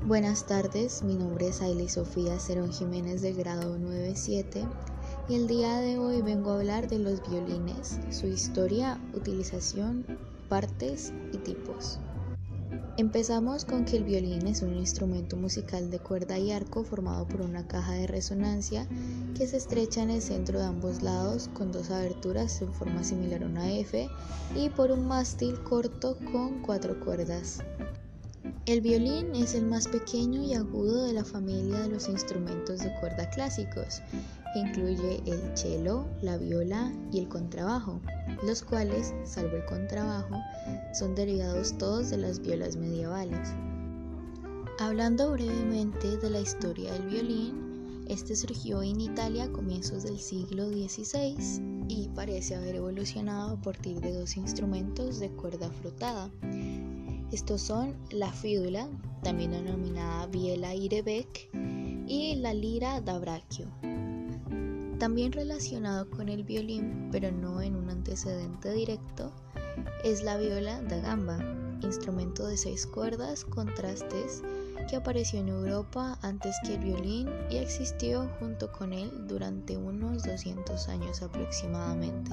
Buenas tardes, mi nombre es Ailey Sofía Cerón Jiménez del grado 9-7 y el día de hoy vengo a hablar de los violines, su historia, utilización, partes y tipos. Empezamos con que el violín es un instrumento musical de cuerda y arco formado por una caja de resonancia que se estrecha en el centro de ambos lados con dos aberturas en forma similar a una F y por un mástil corto con 4 cuerdas. El violín es el más pequeño y agudo de la familia de los instrumentos de cuerda clásicos, que incluye el cello, la viola y el contrabajo, los cuales, salvo el contrabajo, son derivados todos de las violas medievales. Hablando brevemente de la historia del violín, este surgió en Italia a comienzos del siglo XVI y parece haber evolucionado a partir de dos instrumentos de cuerda frotada. Estos son la fídula, también denominada viela y rebec, y la lira da braccio. También relacionado con el violín, pero no en un antecedente directo, es la viola da gamba, instrumento de 6 cuerdas con trastes que apareció en Europa antes que el violín y existió junto con él durante unos 200 años aproximadamente.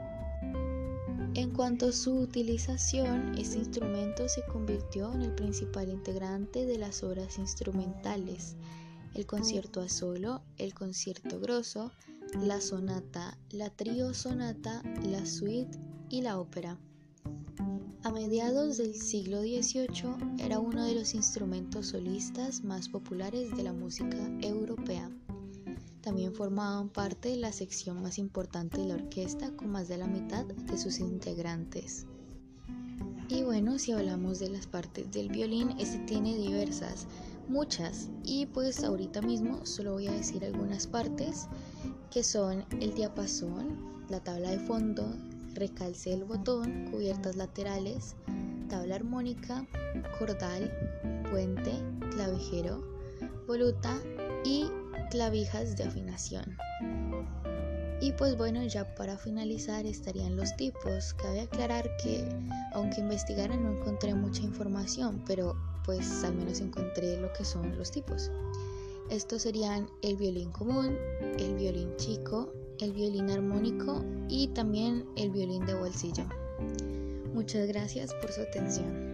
En cuanto a su utilización, este instrumento se convirtió en el principal integrante de las obras instrumentales, el concierto a solo, el concierto grosso, la sonata, la trío sonata, la suite y la ópera. A mediados del siglo XVIII era uno de los instrumentos solistas más populares de la música europea. También formaban parte de la sección más importante de la orquesta con más de la mitad de sus integrantes. Y bueno, si hablamos de las partes del violín, este tiene diversas, muchas, y pues ahorita mismo solo voy a decir algunas partes que son el diapasón, la tabla de fondo, recalce del botón, cubiertas laterales, tabla armónica, cordal, puente, clavijero, voluta y clavijas de afinación. Y pues bueno, ya para finalizar estarían los tipos. Cabe aclarar que aunque investigara no encontré mucha información, pero pues al menos encontré lo que son los tipos. Estos serían el violín común, el violín chico, el violín armónico y también el violín de bolsillo. Muchas gracias por su atención.